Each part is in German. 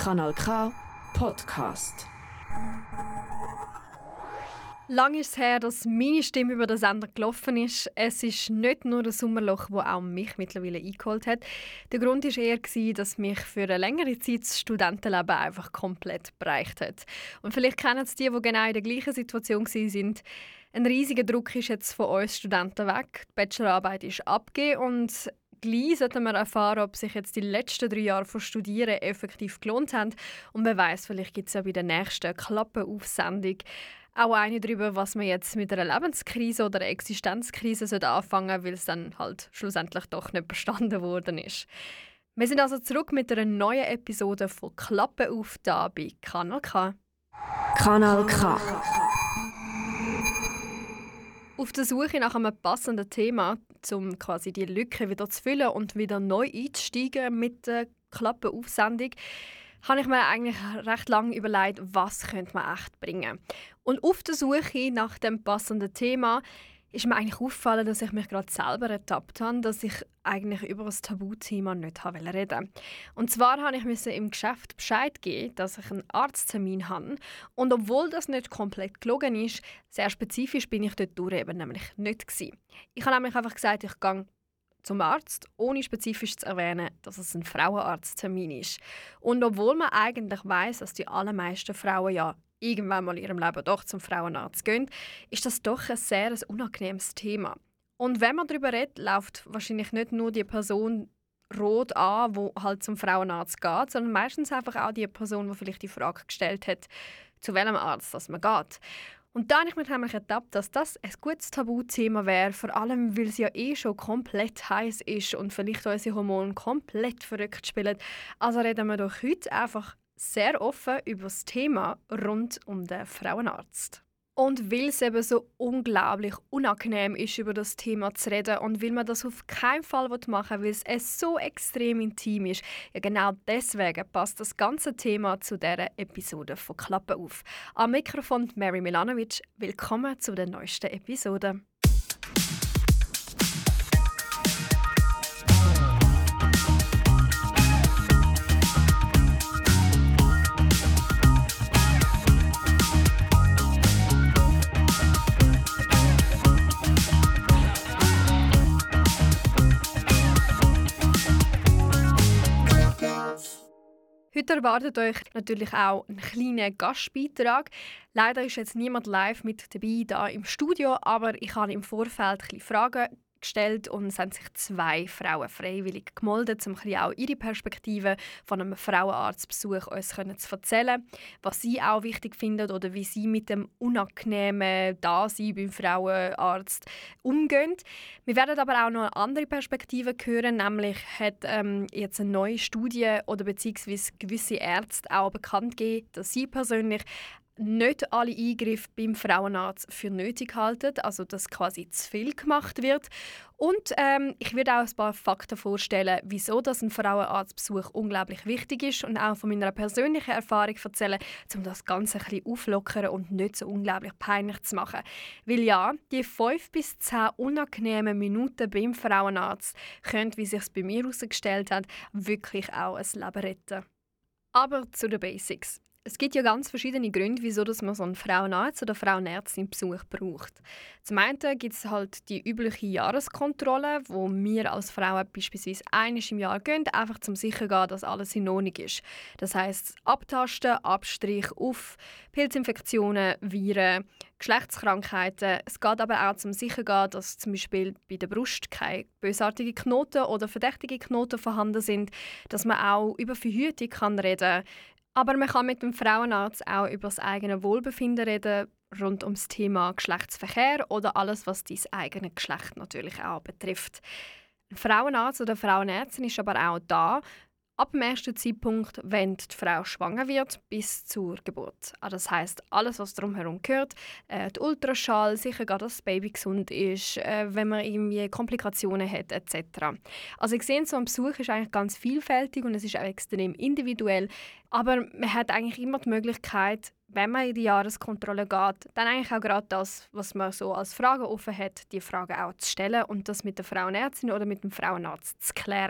Kanal K Podcast. Lang ist es her, dass meine Stimme über den Sender gelaufen ist. Es ist nicht nur das Sommerloch, das auch mich mittlerweile eingeholt hat. Der Grund war eher, dass mich für eine längere Zeit das Studentenleben einfach komplett bereicht hat. Und vielleicht kennen es die genau in der gleichen Situation waren. Ein riesiger Druck ist jetzt von uns Studenten weg. Die Bachelorarbeit ist abgegeben und gleich sollten wir erfahren, ob sich jetzt die letzten 3 Jahre von Studieren effektiv gelohnt haben. Und wer weiss, vielleicht gibt es ja bei der nächsten Klappe-Auf-Sendung auch eine darüber, was man jetzt mit einer Lebenskrise oder einer Existenzkrise anfangen sollte, weil es dann halt schlussendlich doch nicht bestanden worden ist. Wir sind also zurück mit einer neuen Episode von Klappe auf da bei Kanal K. Kanal K. Auf der Suche nach einem passenden Thema, um quasi die Lücke wieder zu füllen und wieder neu einzusteigen mit der Klappe-Auf-Sendung, habe ich mir eigentlich recht lange überlegt, was könnte man echt bringen. Und auf der Suche nach dem passenden Thema ist mir eigentlich aufgefallen, dass ich mich gerade selber ertappt habe, dass ich eigentlich über das Tabuthema nicht reden wollte. Und zwar musste ich im Geschäft Bescheid geben, dass ich einen Arzttermin habe. Und obwohl das nicht komplett gelogen ist, sehr spezifisch bin ich dort durch eben nämlich nicht gewesen. Ich habe nämlich einfach gesagt, ich gehe zum Arzt, ohne spezifisch zu erwähnen, dass es ein Frauenarzttermin ist. Und obwohl man eigentlich weiss, dass die allermeisten Frauen ja irgendwann mal in ihrem Leben doch zum Frauenarzt gehen, ist das doch ein sehr unangenehmes Thema. Und wenn man darüber redet, läuft wahrscheinlich nicht nur die Person rot an, die halt zum Frauenarzt geht, sondern meistens einfach auch die Person, die vielleicht die Frage gestellt hat, zu welchem Arzt das man geht. Und da habe ich mich nämlich ertappt, dass das ein gutes Tabuthema wäre, vor allem weil es ja schon komplett heiß ist und vielleicht unsere Hormone komplett verrückt spielen. Also reden wir doch heute einfach sehr offen über das Thema rund um den Frauenarzt. Und weil es eben so unglaublich unangenehm ist, über das Thema zu reden und weil man das auf keinen Fall machen will, weil es so extrem intim ist, ja genau deswegen passt das ganze Thema zu dieser Episode von Klappe auf. Am Mikrofon Mary Milanovic, willkommen zu der neuesten Episode. Heute erwartet euch natürlich auch ein kleiner Gastbeitrag. Leider ist jetzt niemand live mit dabei hier im Studio, aber ich habe im Vorfeld ein bisschen Fragen gestellt und es haben sich 2 Frauen freiwillig gemeldet, um auch ihre Perspektive von einem Frauenarztbesuch uns zu erzählen, was sie auch wichtig finden oder wie sie mit dem unangenehmen Dasein beim Frauenarzt umgehen. Wir werden aber auch noch eine andere Perspektive hören, nämlich hat jetzt eine neue Studie oder beziehungsweise gewisse Ärzte auch bekannt gegeben, dass sie persönlich nicht alle Eingriffe beim Frauenarzt für nötig halten, also dass quasi zu viel gemacht wird. Und ich werde auch ein paar Fakten vorstellen, wieso das ein Frauenarztbesuch unglaublich wichtig ist und auch von meiner persönlichen Erfahrung erzählen, um das Ganze ein bisschen aufzulockern und nicht so unglaublich peinlich zu machen. Weil ja, die 5 bis 10 unangenehmen Minuten beim Frauenarzt können, wie sich es bei mir herausgestellt hat, wirklich auch ein Leben retten. Aber zu den Basics. Es gibt ja ganz verschiedene Gründe, wieso dass man so einen Frauenarzt oder Frauenärztin Besuch braucht. Zum einen gibt es halt die übliche Jahreskontrolle, wo wir als Frauen beispielsweise einmal im Jahr gehen, einfach zum sicher gehen, dass alles in Ordnung ist. Das heisst Abtasten, Abstrich auf Pilzinfektionen, Viren, Geschlechtskrankheiten. Es geht aber auch zum sicher gehen, dass zum Beispiel bei der Brust keine bösartigen Knoten oder verdächtige Knoten vorhanden sind, dass man auch über Verhütung reden kann. Aber man kann mit dem Frauenarzt auch über das eigene Wohlbefinden reden, rund um das Thema Geschlechtsverkehr oder alles, was dein eigenes Geschlecht natürlich auch betrifft. Ein Frauenarzt oder Frauenärztin ist aber auch da, ab dem ersten Zeitpunkt, wenn die Frau schwanger wird, bis zur Geburt. Also das heisst, alles, was drumherum gehört, der Ultraschall, sicher dass das Baby gesund ist, wenn man irgendwie Komplikationen hat, etc. Also ich sehe, so ein Besuch ist eigentlich ganz vielfältig und es ist auch extrem individuell, aber man hat eigentlich immer die Möglichkeit, wenn man in die Jahreskontrolle geht, dann eigentlich auch gerade das, was man so als Frage offen hat, die Frage auch zu stellen und das mit der Frauenärztin oder mit dem Frauenarzt zu klären.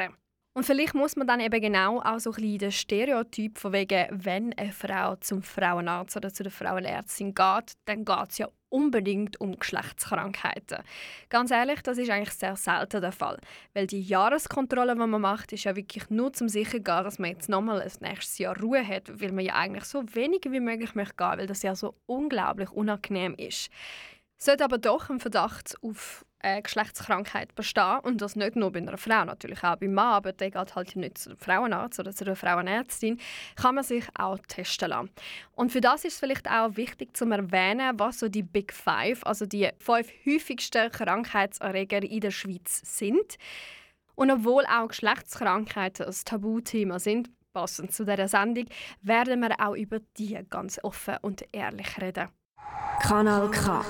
Und vielleicht muss man dann eben genau auch so ein bisschen den Stereotyp von wegen, wenn eine Frau zum Frauenarzt oder zu der Frauenärztin geht, dann geht es ja unbedingt um Geschlechtskrankheiten. Ganz ehrlich, das ist eigentlich sehr selten der Fall. Weil die Jahreskontrolle, die man macht, ist ja wirklich nur zum sicher gehen, dass man jetzt nochmal ein nächstes Jahr Ruhe hat, weil man ja eigentlich so wenig wie möglich möchte gehen, weil das ja so unglaublich unangenehm ist. Sollte aber doch ein Verdacht auf eine Geschlechtskrankheit bestehen, und das nicht nur bei einer Frau, natürlich auch beim Mann, aber der geht halt nicht zu einem Frauenarzt oder zu einer Frauenärztin, kann man sich auch testen lassen. Und für das ist es vielleicht auch wichtig zu erwähnen, was so die Big Five, also die 5 häufigsten Krankheitserreger in der Schweiz sind. Und obwohl auch Geschlechtskrankheiten ein Tabuthema sind, passend zu dieser Sendung, werden wir auch über die ganz offen und ehrlich reden. Kanal K.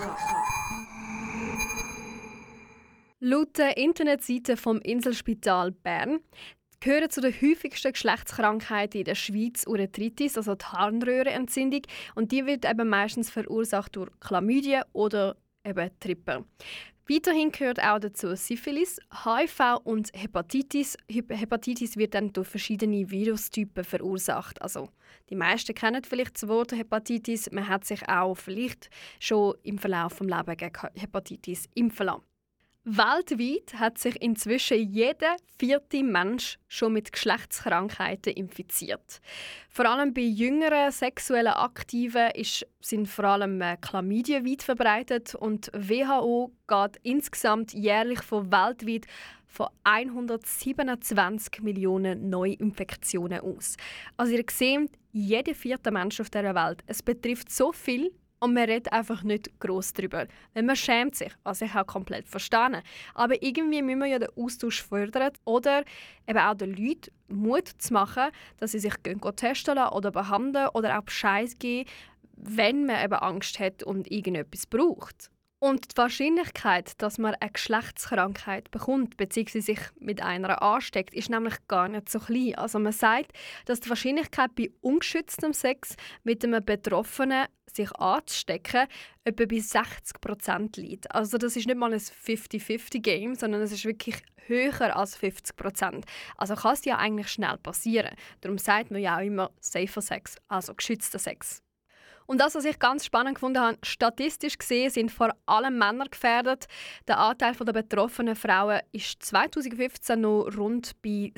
Laut der Internetseite vom Inselspital Bern gehören zu den häufigsten Geschlechtskrankheiten in der Schweiz Urethritis, also die Harnröhrenentzündung. Und die wird eben meistens verursacht durch Chlamydien oder eben Tripper. Weiterhin gehört auch dazu Syphilis, HIV und Hepatitis. Hepatitis wird dann durch verschiedene Virustypen verursacht. Also die meisten kennen vielleicht das Wort Hepatitis. Man hat sich auch vielleicht schon im Verlauf des Lebens gegen Hepatitis impfen lassen. Weltweit hat sich inzwischen jeder 4. Mensch schon mit Geschlechtskrankheiten infiziert. Vor allem bei jüngeren sexuellen Aktiven sind vor allem Chlamydien weit verbreitet und WHO geht insgesamt jährlich von weltweit von 127 Millionen Neuinfektionen aus. Also ihr seht, jeder 4. Mensch auf dieser Welt. Es betrifft so viel. Und man redet einfach nicht gross darüber. Weil man schämt sich, was ich auch komplett verstehe. Aber irgendwie müssen wir ja den Austausch fördern oder eben auch den Leuten Mut zu machen, dass sie sich testen lassen oder behandeln oder auch Bescheid geben, wenn man eben Angst hat und irgendetwas braucht. Und die Wahrscheinlichkeit, dass man eine Geschlechtskrankheit bekommt bzw. sich mit einer ansteckt, ist nämlich gar nicht so klein. Also man sagt, dass die Wahrscheinlichkeit bei ungeschütztem Sex mit einem Betroffenen sich anzustecken, etwa bei 60% liegt. Also das ist nicht mal ein 50-50-Game, sondern es ist wirklich höher als 50%. Also kann es ja eigentlich schnell passieren. Darum sagt man ja auch immer safer Sex, also geschützter Sex. Und das, was ich ganz spannend gefunden habe, statistisch gesehen sind vor allem Männer gefährdet. Der Anteil der betroffenen Frauen ist 2015 noch rund bei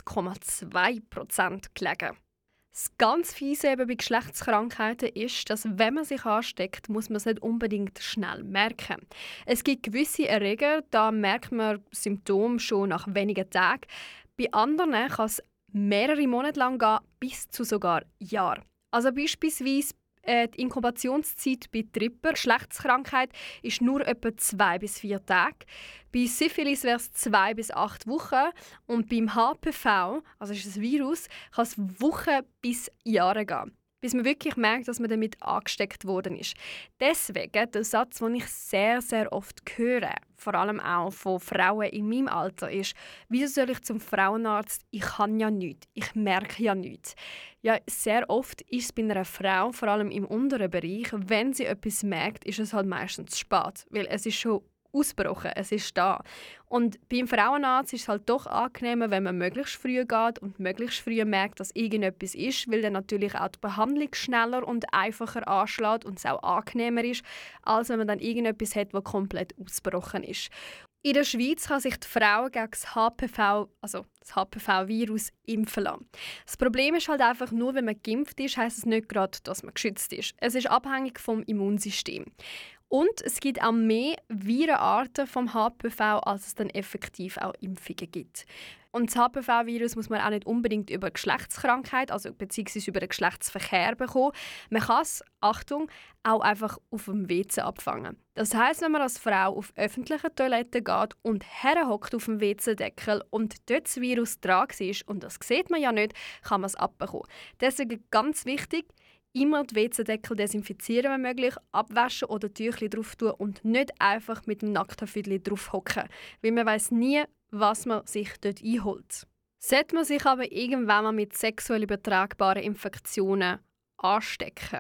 6,2% gelegen. Das ganz Fiese eben bei Geschlechtskrankheiten ist, dass wenn man sich ansteckt, muss man es nicht unbedingt schnell merken. Es gibt gewisse Erreger, da merkt man Symptome schon nach wenigen Tagen. Bei anderen kann es mehrere Monate lang gehen, bis zu sogar Jahren. Also beispielsweise die Inkubationszeit bei Tripper, Geschlechtskrankheit, ist nur etwa 2 bis 4 Tage. Bei Syphilis wäre es 2 bis 8 Wochen. Und beim HPV, also ist ein Virus, kann es Wochen bis Jahre gehen, bis man wirklich merkt, dass man damit angesteckt worden ist. Deswegen der Satz, den ich sehr, sehr oft höre, vor allem auch von Frauen in meinem Alter, ist: Wieso soll ich zum Frauenarzt? Ich kann ja nichts, ich merke ja nichts. Ja, sehr oft ist es bei einer Frau, vor allem im unteren Bereich, wenn sie etwas merkt, ist es halt meistens zu spät, weil es ist schon ausgebrochen, es ist da. Und beim Frauenarzt ist es halt doch angenehmer, wenn man möglichst früh geht und möglichst früh merkt, dass irgendetwas ist, weil dann natürlich auch die Behandlung schneller und einfacher anschlägt und es auch angenehmer ist, als wenn man dann irgendetwas hat, das komplett ausgebrochen ist. In der Schweiz kann sich die Frau gegen das HPV, also das HPV-Virus, impfen lassen. Das Problem ist halt einfach, nur wenn man geimpft ist, heisst es nicht gerade, dass man geschützt ist. Es ist abhängig vom Immunsystem. Und es gibt auch mehr Virenarten vom HPV, als es dann effektiv auch Impfungen gibt. Und das HPV-Virus muss man auch nicht unbedingt über Geschlechtskrankheit, also beziehungsweise über den Geschlechtsverkehr bekommen. Man kann es, Achtung, auch einfach auf dem WC abfangen. Das heisst, wenn man als Frau auf öffentliche Toiletten geht und herhockt auf dem WC-Deckel und dort das Virus dran ist, und das sieht man ja nicht, kann man es abbekommen. Deswegen ganz wichtig: immer die WC-Deckel desinfizieren, wenn möglich, abwaschen oder Tüchli drauf tun und nicht einfach mit dem Nackthaarfüdli drauf hocken, weil man weiss nie, was man sich dort einholt. Sollte man sich aber irgendwann mal mit sexuell übertragbaren Infektionen anstecken,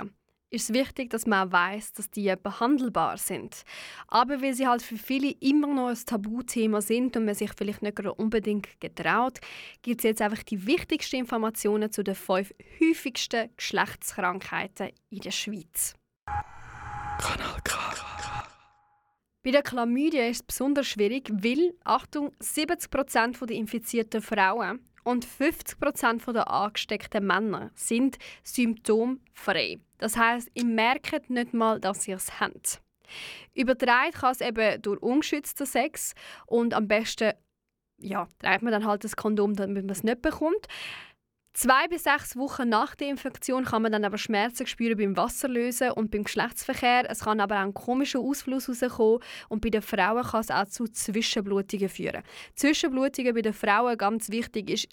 ist es wichtig, dass man auch weiss, dass die behandelbar sind. Aber weil sie halt für viele immer noch ein Tabuthema sind und man sich vielleicht nicht unbedingt getraut, gibt es jetzt einfach die wichtigsten Informationen zu den 5 häufigsten Geschlechtskrankheiten in der Schweiz. Kanal K. Bei der Chlamydia ist es besonders schwierig, weil, Achtung, 70% der infizierten Frauen und 50% der angesteckten Männer sind symptomfrei. Das heisst, ihr merkt nicht mal, dass ihr es habt. Übertragen kann es eben durch ungeschützten Sex und am besten trägt man dann halt das Kondom, damit man es nicht bekommt. 2 bis 6 Wochen nach der Infektion kann man dann aber Schmerzen spüren beim Wasserlösen und beim Geschlechtsverkehr. Es kann aber auch einen komischen Ausfluss rauskommen und bei den Frauen kann es auch zu Zwischenblutungen führen. Zwischenblutungen bei den Frauen, ganz wichtig, ist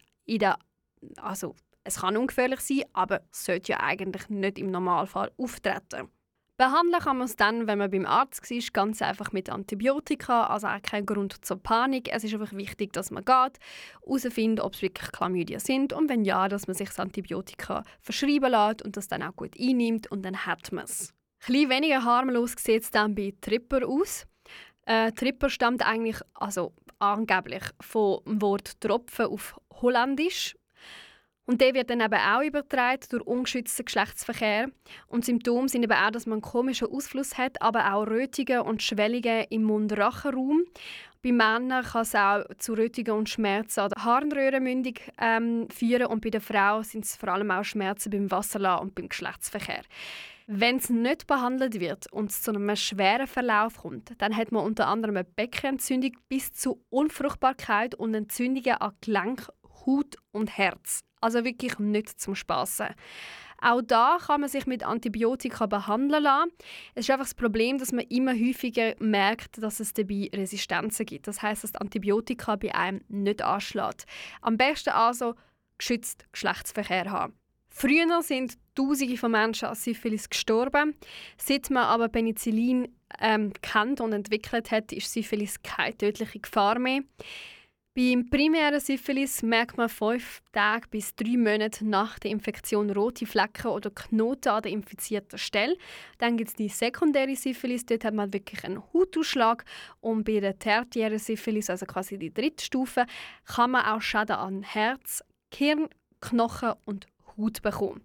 es kann ungefährlich sein, aber es sollte ja eigentlich nicht im Normalfall auftreten. Behandeln kann man es dann, wenn man beim Arzt war, ganz einfach mit Antibiotika, also auch kein Grund zur Panik. Es ist einfach wichtig, dass man geht, herausfindet, ob es wirklich Chlamydia sind und wenn ja, dass man sich das Antibiotika verschreiben lässt und das dann auch gut einnimmt und dann hat man es. Ein bisschen weniger harmlos sieht es dann bei Tripper aus. Tripper stammt eigentlich, angeblich vom Wort Tropfen auf Holländisch. Und der wird dann eben auch übertragen durch ungeschützten Geschlechtsverkehr. Und Symptome sind eben auch, dass man einen komischen Ausfluss hat, aber auch Rötungen und Schwellungen im Mund-Rachenraum. Bei Männern kann es auch zu Rötungen und Schmerzen an der Harnröhrenmündung führen. Und bei der Frau sind es vor allem auch Schmerzen beim Wasserlassen und beim Geschlechtsverkehr. Wenn es nicht behandelt wird und es zu einem schweren Verlauf kommt, dann hat man unter anderem eine Beckenentzündung bis zu Unfruchtbarkeit und Entzündungen an Gelenk, Haut und Herz. Also wirklich nicht zum Spassen. Auch da kann man sich mit Antibiotika behandeln lassen. Es ist einfach das Problem, dass man immer häufiger merkt, dass es dabei Resistenzen gibt. Das heisst, dass die Antibiotika bei einem nicht anschlägt. Am besten also geschützt Geschlechtsverkehr haben. Früher sind Tausende von Menschen an Syphilis gestorben. Seit man aber Penicillin kennt und entwickelt hat, ist Syphilis keine tödliche Gefahr mehr. Beim primären Syphilis merkt man 5 Tage bis 3 Monate nach der Infektion rote Flecken oder Knoten an der infizierten Stelle. Dann gibt es die sekundäre Syphilis, dort hat man wirklich einen Hautausschlag. Und bei der tertiären Syphilis, also quasi die 3. Stufe, kann man auch Schäden an Herz, Hirn, Knochen und Haut bekommen.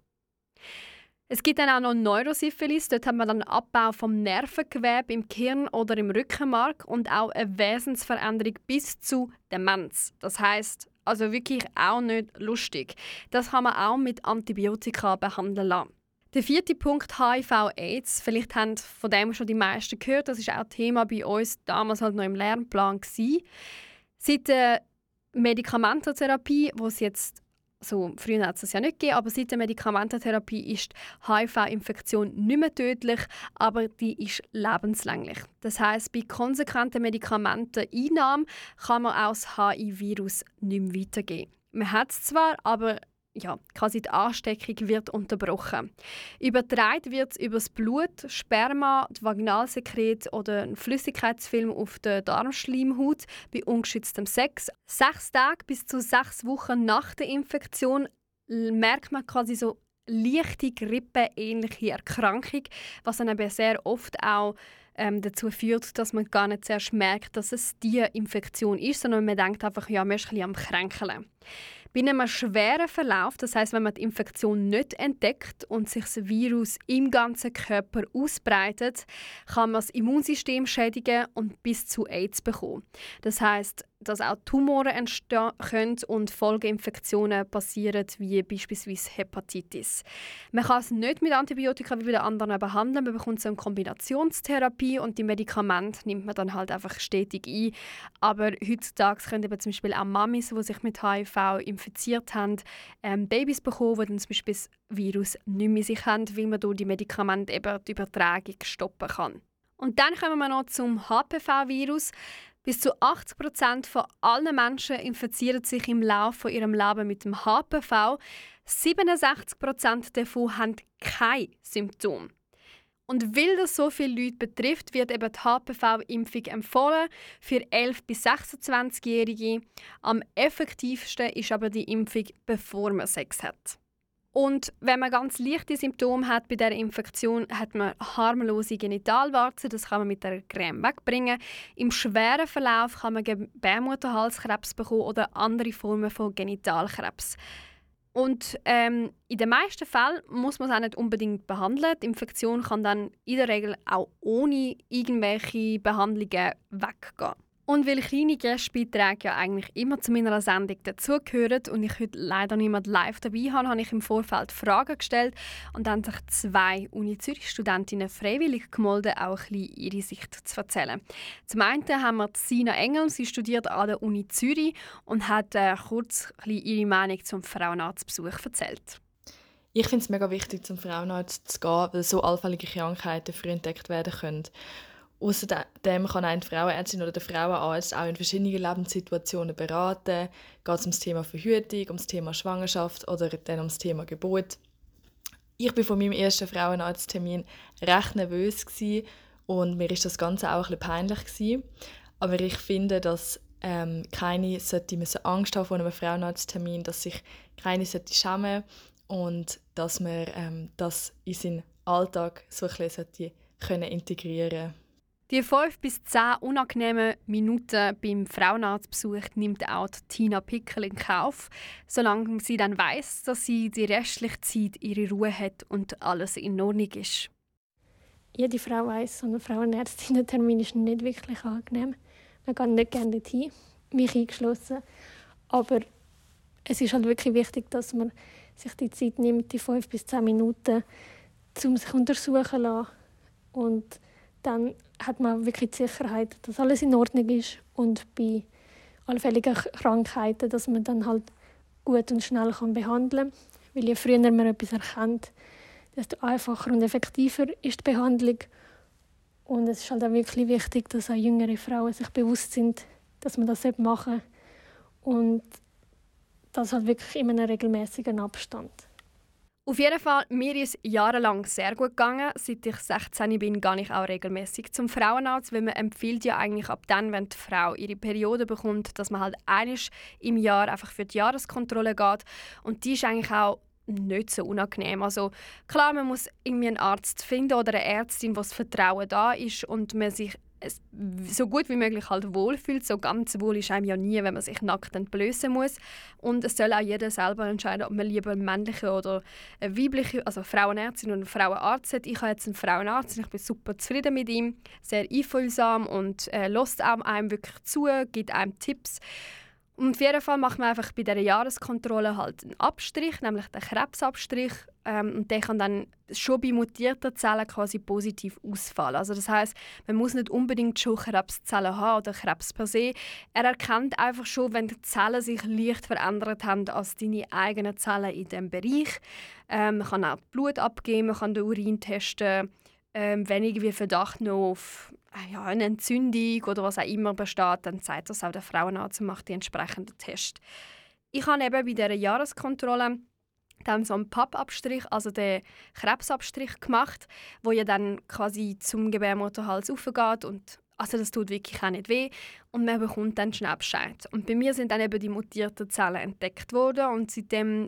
Es gibt dann auch noch Neurosyphilis. Dort hat man dann Abbau vom Nervengewebe im Gehirn oder im Rückenmark und auch eine Wesensveränderung bis zu Demenz. Das heisst, also wirklich auch nicht lustig. Das kann man auch mit Antibiotika behandeln lassen. Der 4. Punkt, HIV/AIDS. Vielleicht haben von dem schon die meisten gehört. Das ist auch Thema bei uns damals halt noch im Lernplan gewesen. Seit der Medikamententherapie, wo es jetzt früher hat es das ja nicht gegeben, aber seit der Medikamententherapie ist die HIV-Infektion nicht mehr tödlich, aber die ist lebenslänglich. Das heisst, bei konsequenten Medikamenteneinnahme kann man auch das HIV-Virus nicht mehr weitergeben. Man hat es zwar, aber quasi die Ansteckung wird unterbrochen. Übertragen wird es über das Blut, Sperma, das Vaginalsekret oder ein Flüssigkeitsfilm auf der Darmschleimhaut bei ungeschütztem Sex. 6 Tage bis zu 6 Wochen nach der Infektion merkt man quasi so leichte grippeähnliche Erkrankung, was dann eben sehr oft auch dazu führt, dass man gar nicht zuerst merkt, dass es die Infektion ist, sondern man denkt einfach, man ist ein bisschen am Kränkeln. Bei einem schweren Verlauf, das heisst, wenn man die Infektion nicht entdeckt und sich das Virus im ganzen Körper ausbreitet, kann man das Immunsystem schädigen und bis zu AIDS bekommen. Das heisst, dass auch Tumoren entstehen können und Folgeinfektionen passieren, wie beispielsweise Hepatitis. Man kann es nicht mit Antibiotika wie bei den anderen behandeln. Man bekommt so eine Kombinationstherapie und die Medikamente nimmt man dann halt einfach stetig ein. Aber heutzutage können eben zum Beispiel auch Mamis, die sich mit HIV infiziert haben, Babys bekommen, die dann zum Beispiel das Virus nicht mehr sich haben, weil man durch die Medikamente eben die Übertragung stoppen kann. Und dann kommen wir noch zum HPV-Virus. Bis zu 80% von allen Menschen infizieren sich im Laufe ihrem Leben mit dem HPV. 67% davon haben keine Symptome. Und weil das so viele Leute betrifft, wird eben die HPV-Impfung empfohlen für 11- bis 26-Jährige. Am effektivsten ist aber die Impfung, bevor man Sex hat. Und wenn man ganz leichte Symptome hat bei dieser Infektion, hat man harmlose Genitalwarzen. Das kann man mit der Creme wegbringen. Im schweren Verlauf kann man Gebärmutterhalskrebs bekommen oder andere Formen von Genitalkrebs. Und in den meisten Fällen muss man es auch nicht unbedingt behandeln. Die Infektion kann dann in der Regel auch ohne irgendwelche Behandlungen weggehen. Und weil kleine Gastbeiträge ja eigentlich immer zu meiner Sendung dazugehören und ich heute leider niemand live dabei habe, habe ich im Vorfeld Fragen gestellt und dann haben sich 2 Uni Zürich-Studentinnen freiwillig gemeldet, auch ein bisschen ihre Sicht zu erzählen. Zum einen haben wir Sina Engel, sie studiert an der Uni Zürich und hat kurz ein bisschen ihre Meinung zum Frauenarztbesuch erzählt. Ich finde es mega wichtig, zum Frauenarzt zu gehen, weil so allfällige Krankheiten früh entdeckt werden können. Außerdem kann eine Frauenärztin oder der Frauenarzt auch in verschiedenen Lebenssituationen beraten. Geht es um das Thema Verhütung, um das Thema Schwangerschaft oder dann um das Thema Geburt. Ich war von meinem ersten Frauenarzttermin recht nervös und mir war das Ganze auch ein bisschen peinlich. Aber ich finde, dass keine sollte Angst haben vor einem Frauenarzttermin, dass sich keine sollte schämen und dass man das in seinen Alltag so ein bisschen integrieren sollte. Die 5 bis 10 unangenehmen Minuten beim Frauenarztbesuch nimmt auch Tina Pickel in Kauf, solange sie dann weiss, dass sie die restliche Zeit ihre Ruhe hat und alles in Ordnung ist. Jede Frau weiss, so ein Frauenärztinnen-Termin ist nicht wirklich angenehm. Man geht nicht gerne dorthin, mich eingeschlossen. Aber es ist halt wirklich wichtig, dass man sich die Zeit nimmt, die 5 bis 10 Minuten, um sich untersuchen zu lassen. Und dann hat man wirklich die Sicherheit, dass alles in Ordnung ist und bei allfälligen Krankheiten, dass man dann halt gut und schnell behandeln kann. Weil je früher man etwas erkennt, desto einfacher und effektiver ist die Behandlung. Und es ist halt auch wirklich wichtig, dass auch jüngere Frauen sich bewusst sind, dass man das machen sollte. Und das halt wirklich in einem regelmäßigen Abstand. Auf jeden Fall, mir ist jahrelang sehr gut gegangen. Seit ich 16 bin, gehe ich auch regelmäßig zum Frauenarzt, weil man empfiehlt ja eigentlich ab dann, wenn die Frau ihre Periode bekommt, dass man halt einmal im Jahr einfach für die Jahreskontrolle geht. Und die ist eigentlich auch nicht so unangenehm. Also klar, man muss irgendwie einen Arzt finden oder eine Ärztin, wo das Vertrauen da ist und man sich so gut wie möglich halt wohlfühlt. So ganz wohl ist einem ja nie, wenn man sich nackt entblößen muss. Und es soll auch jeder selber entscheiden, ob man lieber eine männliche oder eine weibliche, also Frauenärztin oder einen Frauenarzt hat. Ich habe jetzt einen Frauenarzt und ich bin super zufrieden mit ihm. Sehr einfühlsam und lässt einem wirklich zu, gibt einem Tipps. Und auf jeden Fall macht man einfach bei dieser Jahreskontrolle halt einen Abstrich, nämlich den Krebsabstrich. Und der kann dann schon bei mutierten Zellen quasi positiv ausfallen. Also das heisst, man muss nicht unbedingt schon Krebszellen haben oder Krebs per se. Er erkennt einfach schon, wenn die Zellen sich leicht verändert haben als deine eigenen Zellen in diesem Bereich. Man kann auch Blut abgeben, man kann den Urin testen. Wenn irgendwie Verdacht noch auf eine Entzündung oder was auch immer besteht, dann zeigt das auch der Frauenarzt und macht die entsprechenden Tests. Ich habe eben bei dieser Jahreskontrolle dann so einen Pappabstrich, also den Krebsabstrich gemacht, wo ja dann quasi zum Gebärmutterhals aufgeht und also das tut wirklich auch nicht weh und man bekommt dann schnell Bescheid. Und bei mir sind dann eben die mutierten Zellen entdeckt worden und seitdem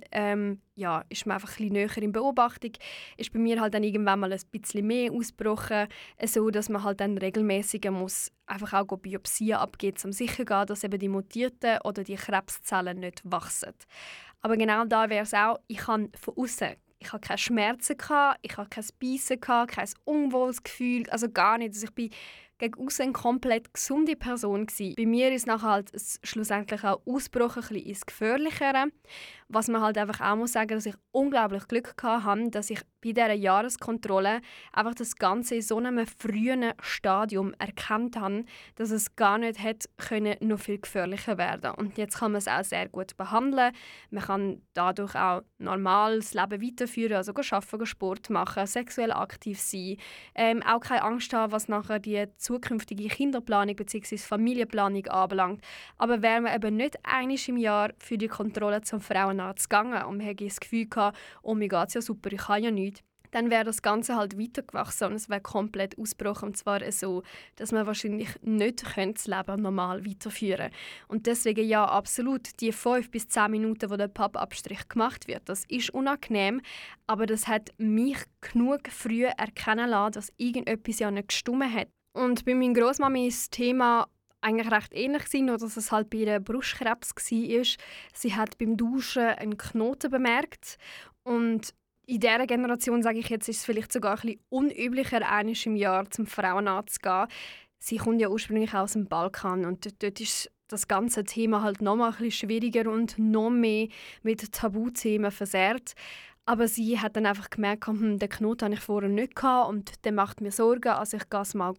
ist man einfach ein bisschen näher in Beobachtung. Ist bei mir halt dann irgendwann mal ein bisschen mehr ausgebrochen, so dass man halt dann regelmäßiger muss einfach auch Biopsien abgeben, um sicher zu gehen, dass eben die mutierten oder die Krebszellen nicht wachsen. Aber genau da wäre es auch, ich habe von außen keine Schmerzen, ich habe kein Beißen, kein unwohles Gefühl, also gar nicht. Also ich bin gegen aussen eine komplett gesunde Person gewesen. Bei mir ist nachher halt schlussendlich auch ausgebrochen, ein bisschen ins Gefährlichere. Was man halt einfach auch muss sagen, dass ich unglaublich Glück hatte, dass ich bei dieser Jahreskontrolle einfach das Ganze in so einem frühen Stadium erkannt habe, dass es gar nicht hätte können noch viel gefährlicher werden. Und jetzt kann man es auch sehr gut behandeln. Man kann dadurch auch normal das Leben weiterführen, also arbeiten, Sport machen, sexuell aktiv sein, auch keine Angst haben, was nachher die zukünftige Kinderplanung bzw. Familienplanung anbelangt. Aber wäre man eben nicht einmal im Jahr für die Kontrolle zum Frauenarzt gegangen und man hatte das Gefühl gehabt, oh, mir geht's ja super, ich kann ja nichts, dann wäre das Ganze halt weitergewachsen und es wäre komplett ausgebrochen. Und zwar so, dass man wahrscheinlich nicht das Leben normal weiterführen könnte. Und deswegen ja, absolut, die 5 bis 10 Minuten, wo der Pappabstrich gemacht wird, das ist unangenehm, aber das hat mich genug früh erkennen lassen, dass irgendetwas ja nicht gestimmt hat. Und bei meiner Grossmami ist das Thema eigentlich recht ähnlich gewesen, nur dass es halt bei ihr Brustkrebs war. Sie hat beim Duschen einen Knoten bemerkt und in dieser Generation, sage ich jetzt, ist es vielleicht sogar ein bisschen unüblicher, einmal im Jahr zum Frauenarzt zu gehen. Sie kommt ja ursprünglich aus dem Balkan und dort ist das ganze Thema halt noch mal ein bisschen schwieriger und noch mehr mit Tabuthemen versehrt. Aber sie hat dann einfach gemerkt, den Knoten hatte ich vorher nicht und der macht mir Sorgen, also ich gehe es mal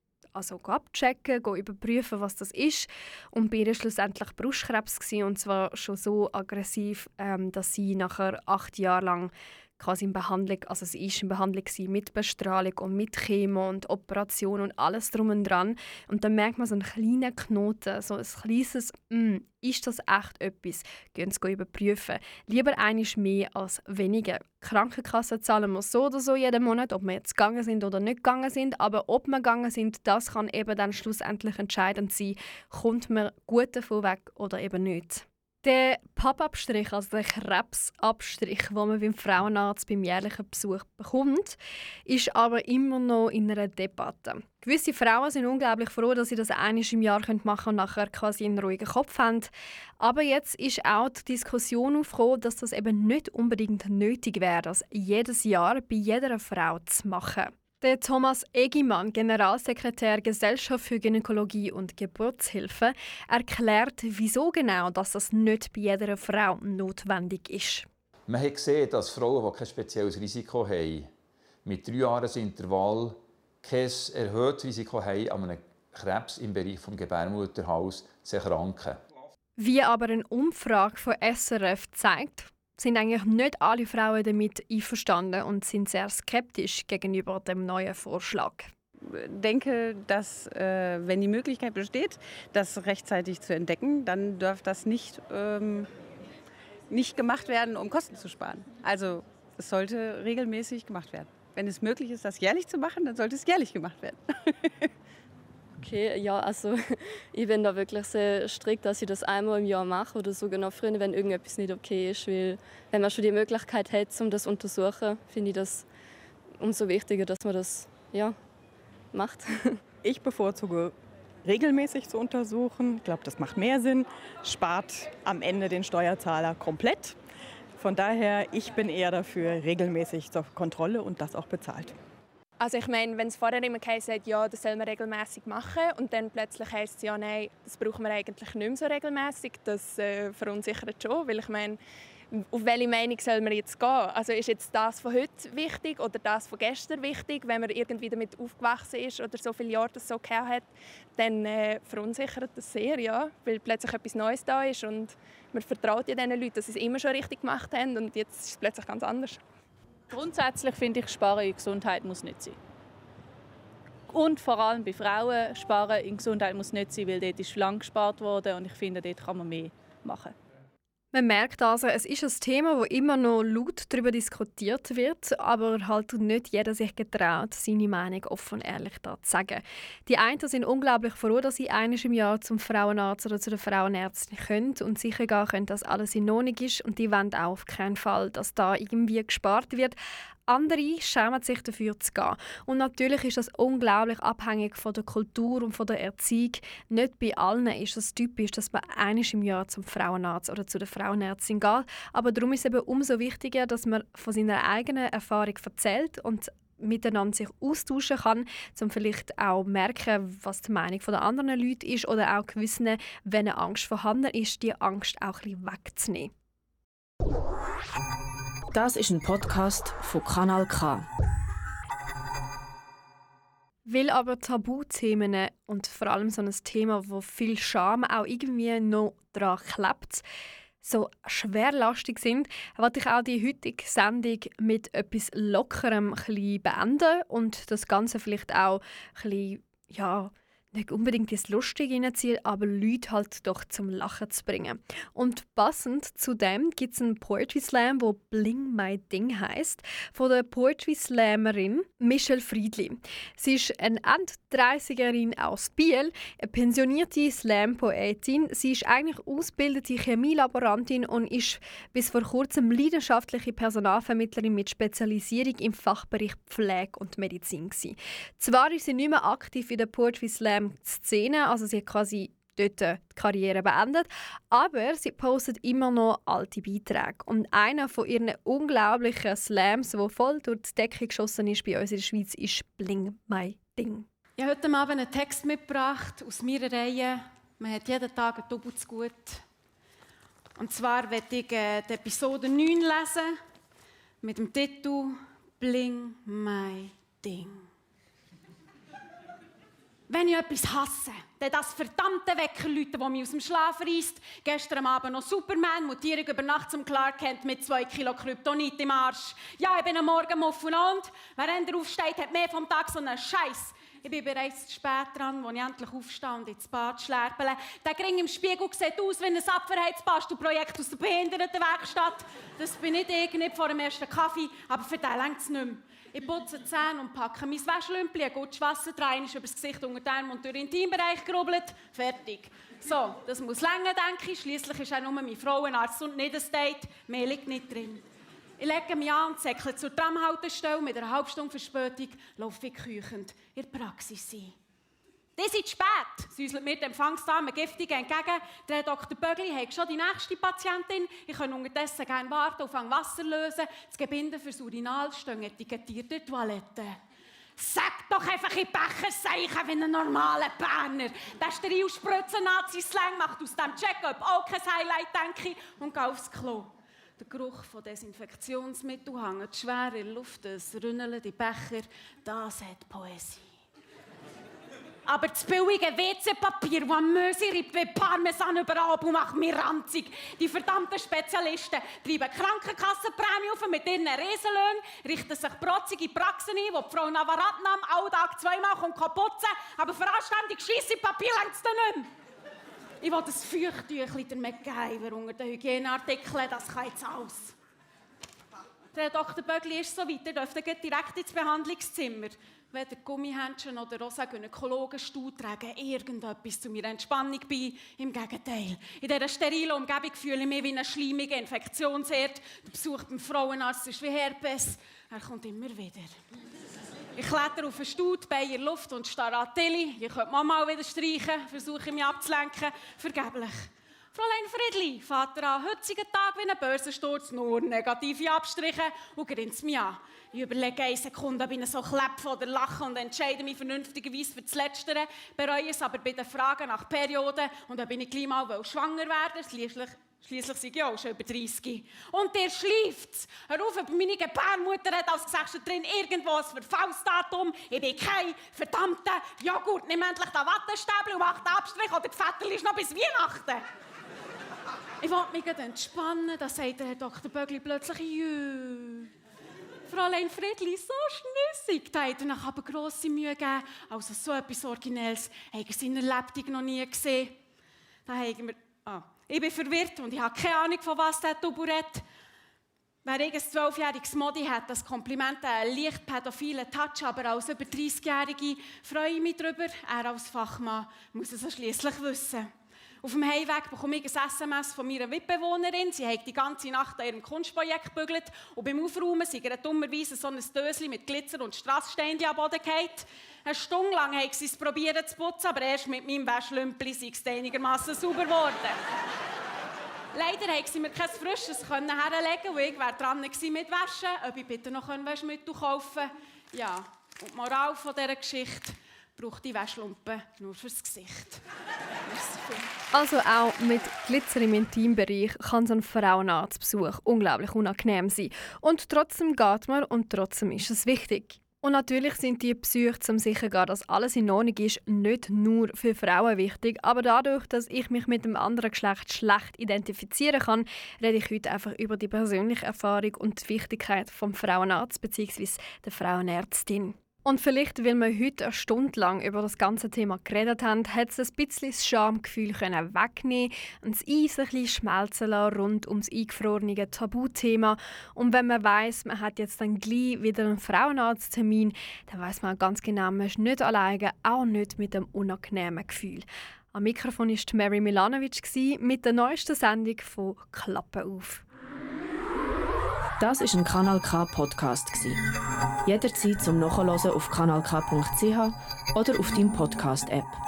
abchecken, überprüfen, was das ist. Und bei ihr war schlussendlich Brustkrebs und zwar schon so aggressiv, dass sie nachher 8 Jahre lang quasi in Behandlung, also sie war in Behandlung mit Bestrahlung und mit Chemo und Operation und alles drum und dran. Und dann merkt man so einen kleinen Knoten, so ein kleines ist das echt etwas? Gehen Sie überprüfen. Lieber einmal mehr als weniger. Krankenkassen zahlen wir so oder so jeden Monat, ob wir jetzt gegangen sind oder nicht gegangen sind. Aber ob wir gegangen sind, das kann eben dann schlussendlich entscheidend sein. Kommt man gut davon weg oder eben nicht. Der Pappabstrich, also der Krebsabstrich, den man beim Frauenarzt beim jährlichen Besuch bekommt, ist aber immer noch in einer Debatte. Gewisse Frauen sind unglaublich froh, dass sie das einmal im Jahr machen können und nachher quasi einen ruhigen Kopf haben. Aber jetzt ist auch die Diskussion aufgekommen, dass das eben nicht unbedingt nötig wäre, das jedes Jahr bei jeder Frau zu machen. Der Thomas Egimann, Generalsekretär Gesellschaft für Gynäkologie und Geburtshilfe, erklärt, wieso genau dass das nicht bei jeder Frau notwendig ist. Man hat gesehen, dass Frauen, die kein spezielles Risiko haben, mit 3 Jahresintervall kein erhöhtes Risiko haben, an einem Krebs im Bereich des Gebärmutterhals zu erkranken. Wie aber eine Umfrage von SRF zeigt, sind eigentlich nicht alle Frauen damit einverstanden und sind sehr skeptisch gegenüber dem neuen Vorschlag. Ich denke, dass wenn die Möglichkeit besteht, das rechtzeitig zu entdecken, dann darf das nicht gemacht werden, um Kosten zu sparen. Also es sollte regelmäßig gemacht werden. Wenn es möglich ist, das jährlich zu machen, dann sollte es jährlich gemacht werden. Okay, ja, also ich bin da wirklich sehr strikt, dass ich das einmal im Jahr mache oder sogar noch früher, wenn irgendetwas nicht okay ist. Weil wenn man schon die Möglichkeit hat, um das zu untersuchen, finde ich das umso wichtiger, dass man das macht. Ich bevorzuge, regelmäßig zu untersuchen. Ich glaube, das macht mehr Sinn, spart am Ende den Steuerzahler komplett. Von daher, ich bin eher dafür, regelmäßig zur Kontrolle und das auch bezahlt. Also ich meine, wenn es vorher immer geheißen hat, ja, das soll man regelmäßig machen und dann plötzlich heisst es, ja, nein, das brauchen wir eigentlich nicht mehr so regelmäßig, das verunsichert schon, weil ich meine, auf welche Meinung soll man jetzt gehen? Also ist jetzt das von heute wichtig oder das von gestern wichtig? Wenn man irgendwie damit aufgewachsen ist oder so viele Jahre das so gehabt hat, dann verunsichert das sehr, ja, weil plötzlich etwas Neues da ist und man vertraut ja diesen Leuten, dass sie es immer schon richtig gemacht haben und jetzt ist es plötzlich ganz anders. Grundsätzlich finde ich, Sparen in Gesundheit muss nicht sein. Und vor allem bei Frauen, Sparen in Gesundheit muss nicht sein, weil dort ist lang gespart worden und ich finde, dort kann man mehr machen. Man merkt also, es ist ein Thema, wo immer noch laut darüber diskutiert wird, aber halt nicht jeder sich getraut, seine Meinung offen und ehrlich da zu sagen. Die einen sind unglaublich froh, dass sie einmal im Jahr zum Frauenarzt oder zu der Frauenärztin können und sicher gehen können, dass alles in Ordnung ist. Und die wollen auch auf keinen Fall, dass da irgendwie gespart wird. Andere schämen sich dafür zu gehen. Und natürlich ist das unglaublich abhängig von der Kultur und von der Erziehung. Nicht bei allen ist es typisch, dass man einmal im Jahr zum Frauenarzt oder zu der Frauenärztin geht. Aber darum ist es eben umso wichtiger, dass man von seiner eigenen Erfahrung erzählt und miteinander sich austauschen kann, um vielleicht auch merken, was die Meinung der anderen Leute ist oder auch gewissen, wenn eine Angst vorhanden ist, die Angst auch ein bisschen wegzunehmen. Das ist ein Podcast von Kanal K. Weil aber Tabuthemen und vor allem so ein Thema, wo viel Scham auch irgendwie noch daran klebt, so schwerlastig sind, wollte ich auch die heutige Sendung mit etwas Lockerem beenden und das Ganze vielleicht auch ein bisschen, nicht unbedingt ins Lustige hineinziehen, aber Leute halt doch zum Lachen zu bringen. Und passend zu dem gibt es einen Poetry Slam, der «Bling My Ding» heisst, von der Poetry Slammerin Michelle Friedli. Sie ist eine End-30erin aus Biel, eine pensionierte Slam-Poetin. Sie ist eigentlich ausgebildete Chemielaborantin und ist bis vor kurzem leidenschaftliche Personalvermittlerin mit Spezialisierung im Fachbereich Pflege und Medizin gewesen. Zwar ist sie nicht mehr aktiv in der Poetry Slam-Szene, also sie hat quasi dort die Karriere beendet, aber sie postet immer noch alte Beiträge. Und einer von ihren unglaublichen Slams, der voll durch die Decke geschossen ist bei uns in der Schweiz, ist «Bling My Ding». Ich habe heute Abend einen Text mitgebracht aus meiner Reihe «Man hat jeden Tag ein Double zu gut». Und zwar werde ich die Episode 9 lesen mit dem Titel «Bling My Ding». Wenn ich etwas hasse, dann das verdammte Weckerläuten, das mich aus dem Schlaf reisst. Gestern Abend noch Superman, Mutierung über Nacht zum Clark Kent mit 2 Kilo Kryptonit im Arsch. Ja, ich bin ein Morgenmuffel und wer änder aufsteht, hat mehr vom Tag so einen Scheiß. Ich bin bereits zu spät dran, als ich endlich aufstehe und ins Bad schlerpele. Der Gring im Spiegel sieht aus wie ein Abwehrheitsbastelprojekt aus der Behindertenwerkstatt. Das bin nicht ich, nicht vor dem ersten Kaffee, aber für den reicht es nicht mehr. Ich putze die Zähne und packe mein Wäschlümpli, ein gutes Wasser rein, ist über das Gesicht unter den Arm und durch den Intimbereich gerubbelt. Fertig. So, das muss länger, denke ich. Schliesslich ist auch nur mein Frauenarzt und nicht ein Date. Mehr liegt nicht drin. Ich lege mich an und säckle zur Tramhaltestelle. Mit einer halben Stunde Verspätung laufe ich keuchend in der Praxis ein. «Die sind spät», säuselt mir die Empfangsdame giftig entgegen. Der Herr Dr. Bögli hat schon die nächste Patientin. Ich kann unterdessen gerne warten, auf ein Wasser lösen. Das Gebinde fürs Urinal steht etikettiert in der Toilette. «Sag doch einfach in Becherseichen wie ein normaler Berner!» Der Sterilspritzen-Nazi-Slang macht aus dem Check-up auch kein Highlight, denke ich, und gehe aufs Klo. Der Geruch von Desinfektionsmittel hängt schwer in der Luft, es rünneln die Becher. Das hat Poesie. Aber das billige WC-Papier, das Möse reibt wie Parmesan überall und macht mich ranzig. Die verdammten Spezialisten treiben Krankenkassenprämie auf mit ihren Riesenlöhnen, richten sich protzige Praxen ein, wo die Frau Navaratnam alle Tag zweimal putzen, aber für anständig Scheisse-Papier längt es dann nicht mehr. Ich will das Feuchttüchlein der MacGyver unter den Hygieneartikeln, das kann jetzt alles. Der Dr. Bögli ist so weit, er dürfte direkt ins Behandlungszimmer. Weder Gummihändchen oder rosa Gynäkologenstuhl tragen irgendetwas zu meiner Entspannung bei. Im Gegenteil. In dieser sterilen Umgebung fühle ich mich wie eine schleimige Infektionsherd. Der Besuch beim Frauenarzt ist wie Herpes. Er kommt immer wieder. Ich kletter auf den Stuhl, die Beine in der Luft und starre an Tilly. Ich könnte mal wieder streichen, versuche mich abzulenken. Vergeblich. Fräulein Friedli, Vater an heutigen Tag wie ein Börsensturz, nur negative Abstriche und grinst mich an. Ich überlege 1 Sekunde, ob ich so klebe oder lache und entscheide mich vernünftigerweise für das Letztere, bereue es aber bei den Fragen nach Perioden und ob ich gleich mal schwanger werden. Schliesslich sind ich auch schon über 30. Und der schläft's. Hör auf, meine Gebärmutter hat als Gesächste drin irgendwo ein Verfallsdatum. Ich bin kein verdammter Joghurt. Nimm endlich den Wattestäbel und mach den Abstrich oder die Vettel ist noch bis Weihnachten. Ich wollte mich entspannen, da sagt der Herr Dr. Bögli plötzlich «Jö». Fräulein Friedli, so schnüssig. Da hat er nach aber grosse Mühe gegeben. Also so etwas Originelles habe er seiner Lebtung noch nie gesehen. Da haben wir... Ich bin verwirrt und ich habe keine Ahnung, von was der Tubu redet. Wer ein 12-jähriges Modi hat, das Kompliment einen leicht pädophilen Touch, aber als über 30-Jährige freue ich mich darüber. Er als Fachmann muss es schliesslich wissen. Auf dem Heimweg bekomme ich ein SMS von meiner Mitbewohnerin. Sie hat die ganze Nacht an ihrem Kunstprojekt gebügelt und beim Aufräumen sind ihr dummerweise so ein Döschen mit Glitzer und Strasssteinchen am Boden gefallen. Eine Stunde lang haben sie es probiert zu putzen, aber erst mit meinem Wäschlümpli ist es einigermaßen sauber geworden. Leider konnten sie mir kein frisches herlegen, weil ich dran war mit Waschen, ob ich bitte noch Waschmittel kaufen kann. Ja, und die Moral von dieser Geschichte: braucht die Wäschlumpen nur fürs Gesicht. Also auch mit Glitzer im Intimbereich kann so ein Frauenarztbesuch unglaublich unangenehm sein. Und trotzdem geht man und trotzdem ist es wichtig. Und natürlich sind die Besuche, um sicherzugehen, dass alles in Ordnung ist, nicht nur für Frauen wichtig. Aber dadurch, dass ich mich mit dem anderen Geschlecht schlecht identifizieren kann, rede ich heute einfach über die persönliche Erfahrung und die Wichtigkeit des Frauenarztes bzw. der Frauenärztin. Und vielleicht, weil wir heute eine Stunde lang über das ganze Thema geredet haben, hat es ein bisschen das Schamgefühl wegnehmen und das Eis ein bisschen schmelzen lassen rund ums eingefrorene Tabuthema. Und wenn man weiss, man hat jetzt dann gleich wieder einen Frauenarzttermin, dann weiss man ganz genau, man ist nicht alleine, auch nicht mit dem unangenehmen Gefühl. Am Mikrofon war Mary Milanovic mit der neuesten Sendung von «Klappe auf». Das war ein Kanal K Podcast. Jederzeit zum Nachhören auf kanalk.ch oder auf deinem Podcast-App.